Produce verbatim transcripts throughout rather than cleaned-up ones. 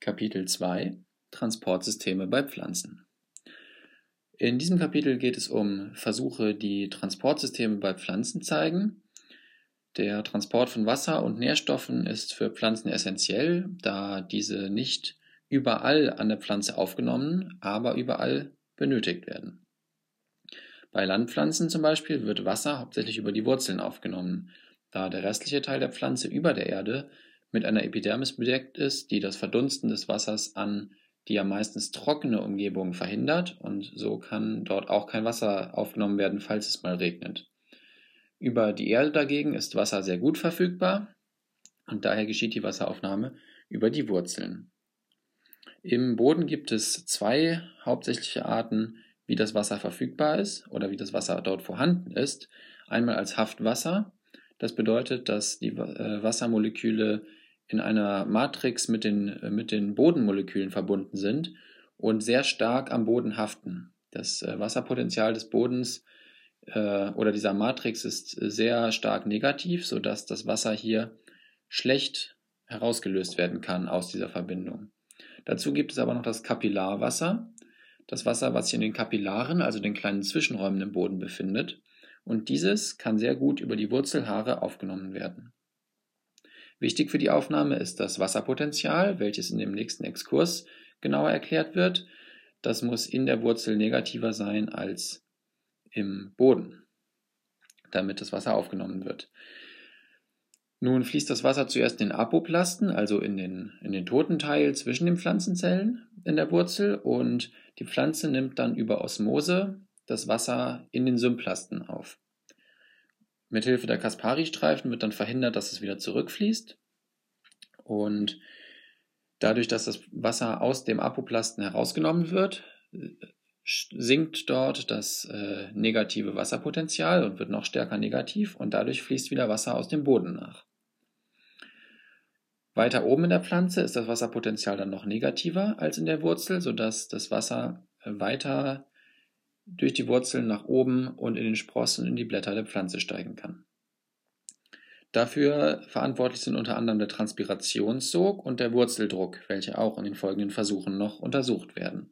Kapitel zwei Transportsysteme bei Pflanzen. In diesem Kapitel geht es um Versuche, die Transportsysteme bei Pflanzen zeigen. Der Transport von Wasser und Nährstoffen ist für Pflanzen essentiell, da diese nicht überall an der Pflanze aufgenommen, aber überall benötigt werden. Bei Landpflanzen zum Beispiel wird Wasser hauptsächlich über die Wurzeln aufgenommen, da der restliche Teil der Pflanze über der Erde mit einer Epidermis bedeckt ist, die das Verdunsten des Wassers an die ja meistens trockene Umgebung verhindert, und so kann dort auch kein Wasser aufgenommen werden, falls es mal regnet. Über die Erde dagegen ist Wasser sehr gut verfügbar und daher geschieht die Wasseraufnahme über die Wurzeln. Im Boden gibt es zwei hauptsächliche Arten, wie das Wasser verfügbar ist oder wie das Wasser dort vorhanden ist. Einmal als Haftwasser. Das bedeutet, dass die Wassermoleküle in einer Matrix mit den, mit den Bodenmolekülen verbunden sind und sehr stark am Boden haften. Das Wasserpotenzial des Bodens äh, oder dieser Matrix ist sehr stark negativ, sodass das Wasser hier schlecht herausgelöst werden kann aus dieser Verbindung. Dazu gibt es aber noch das Kapillarwasser, das Wasser, was sich in den Kapillaren, also den kleinen Zwischenräumen im Boden befindet. Und dieses kann sehr gut über die Wurzelhaare aufgenommen werden. Wichtig für die Aufnahme ist das Wasserpotenzial, welches in dem nächsten Exkurs genauer erklärt wird. Das muss in der Wurzel negativer sein als im Boden, damit das Wasser aufgenommen wird. Nun fließt das Wasser zuerst in den Apoplasten, also in den, in den toten Teil zwischen den Pflanzenzellen in der Wurzel, und die Pflanze nimmt dann über Osmose das Wasser in den Sympplasten auf. Mithilfe der Caspari-Streifen wird dann verhindert, dass es wieder zurückfließt, und dadurch, dass das Wasser aus dem Apoplasten herausgenommen wird, sinkt dort das äh, negative Wasserpotenzial und wird noch stärker negativ, und dadurch fließt wieder Wasser aus dem Boden nach. Weiter oben in der Pflanze ist das Wasserpotenzial dann noch negativer als in der Wurzel, sodass das Wasser weiter durch die Wurzeln nach oben und in den Sprossen und in die Blätter der Pflanze steigen kann. Dafür verantwortlich sind unter anderem der Transpirationssog und der Wurzeldruck, welche auch in den folgenden Versuchen noch untersucht werden.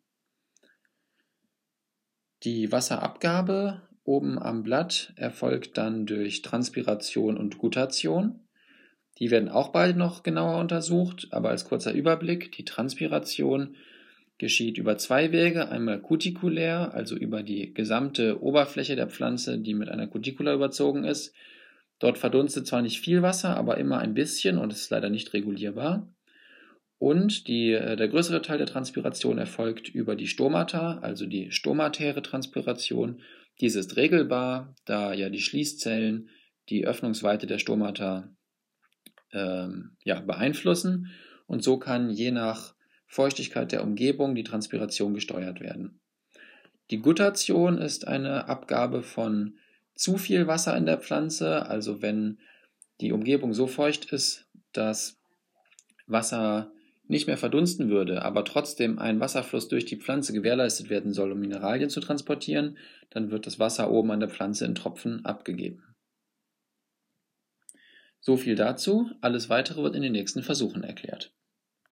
Die Wasserabgabe oben am Blatt erfolgt dann durch Transpiration und Gutation. Die werden auch beide noch genauer untersucht, aber als kurzer Überblick: Die Transpiration geschieht über zwei Wege, einmal kutikulär, also über die gesamte Oberfläche der Pflanze, die mit einer Cuticula überzogen ist. Dort verdunstet zwar nicht viel Wasser, aber immer ein bisschen und ist leider nicht regulierbar. Und die, der größere Teil der Transpiration erfolgt über die Stomata, also die stomatäre Transpiration. Diese ist regelbar, da ja die Schließzellen die Öffnungsweite der Stomata ähm, ja, beeinflussen, und so kann je nach Feuchtigkeit der Umgebung die Transpiration gesteuert werden. Die Gutation ist eine Abgabe von zu viel Wasser in der Pflanze, also wenn die Umgebung so feucht ist, dass Wasser nicht mehr verdunsten würde, aber trotzdem ein Wasserfluss durch die Pflanze gewährleistet werden soll, um Mineralien zu transportieren, dann wird das Wasser oben an der Pflanze in Tropfen abgegeben. So viel dazu, alles weitere wird in den nächsten Versuchen erklärt.